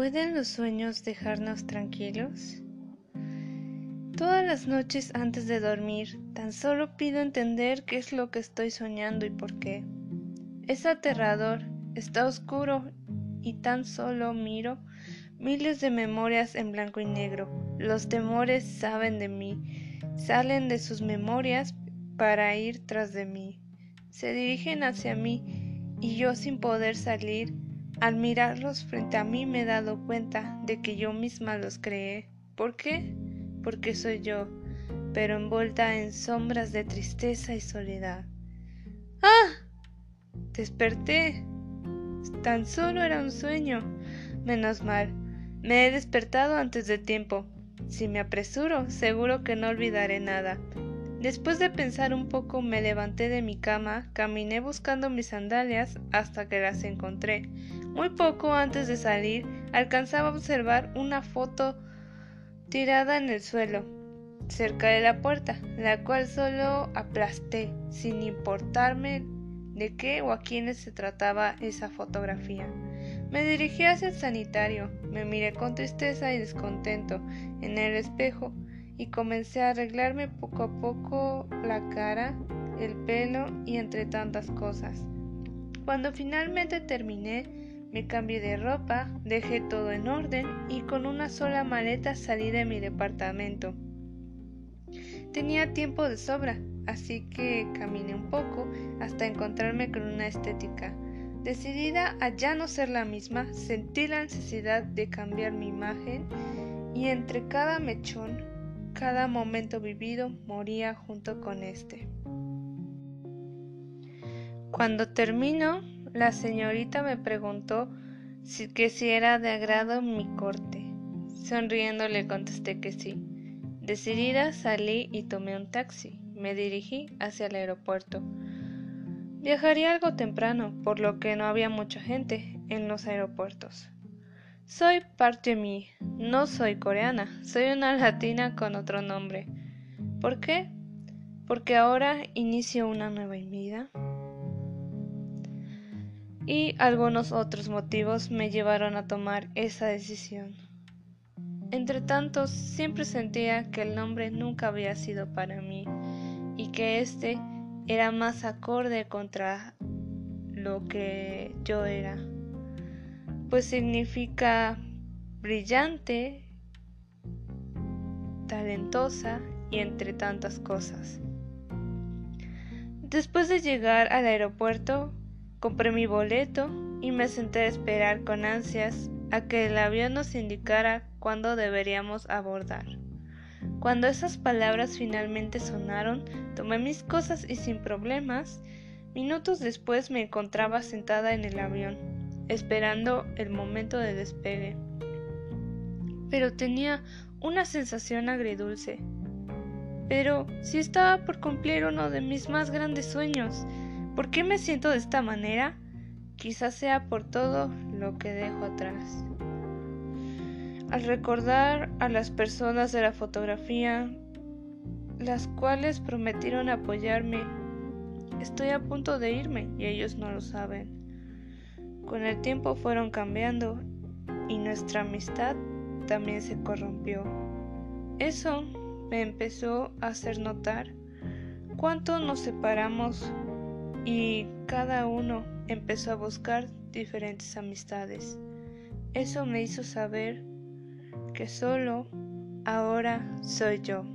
¿Pueden los sueños dejarnos tranquilos? Todas las noches antes de dormir, tan solo pido entender qué es lo que estoy soñando y por qué. Es aterrador, está oscuro y tan solo miro miles de memorias en blanco y negro. Los temores saben de mí, salen de sus memorias para ir tras de mí. Se dirigen hacia mí y yo sin poder salir. Al mirarlos frente a mí me he dado cuenta de que yo misma los creé. ¿Por qué? Porque soy yo, pero envuelta en sombras de tristeza y soledad. ¡Ah! Desperté. Tan solo era un sueño. Menos mal. Me he despertado antes de tiempo. Si me apresuro, seguro que no olvidaré nada. Después de pensar un poco, me levanté de mi cama, caminé buscando mis sandalias hasta que las encontré. Muy poco antes de salir, alcanzaba a observar una foto tirada en el suelo, cerca de la puerta, la cual solo aplasté, sin importarme de qué o a quiénes se trataba esa fotografía. Me dirigí hacia el sanitario, me miré con tristeza y descontento en el espejo y comencé a arreglarme poco a poco la cara, el pelo y entre tantas cosas. Cuando finalmente terminé, me cambié de ropa, dejé todo en orden y con una sola maleta salí de mi departamento. Tenía tiempo de sobra, así que caminé un poco hasta encontrarme con una estética. Decidida a ya no ser la misma, sentí la necesidad de cambiar mi imagen y entre cada mechón, cada momento vivido moría junto con este. Cuando terminó, la señorita me preguntó si era de agrado mi corte. Sonriendo le contesté que sí. Decidida salí y tomé un taxi. Me dirigí hacia el aeropuerto. Viajaría algo temprano, por lo que no había mucha gente en los aeropuertos. Soy parte de mí, no soy coreana, soy una latina con otro nombre. ¿Por qué? Porque ahora inicio una nueva vida. Y algunos otros motivos me llevaron a tomar esa decisión. Entre tantos, siempre sentía que el nombre nunca había sido para mí y que este era más acorde contra lo que yo era, pues significa brillante, talentosa y entre tantas cosas. Después de llegar al aeropuerto, compré mi boleto y me senté a esperar con ansias a que el avión nos indicara cuándo deberíamos abordar. Cuando esas palabras finalmente sonaron, tomé mis cosas y sin problemas, minutos después me encontraba sentada en el avión, esperando el momento de despegue. Pero tenía una sensación agridulce. Pero si estaba por cumplir uno de mis más grandes sueños, ¿por qué me siento de esta manera? Quizás sea por todo lo que dejo atrás. Al recordar a las personas de la fotografía, las cuales prometieron apoyarme, estoy a punto de irme y ellos no lo saben. Con el tiempo fueron cambiando y nuestra amistad también se corrompió. Eso me empezó a hacer notar cuánto nos separamos y cada uno empezó a buscar diferentes amistades. Eso me hizo saber que solo ahora soy yo.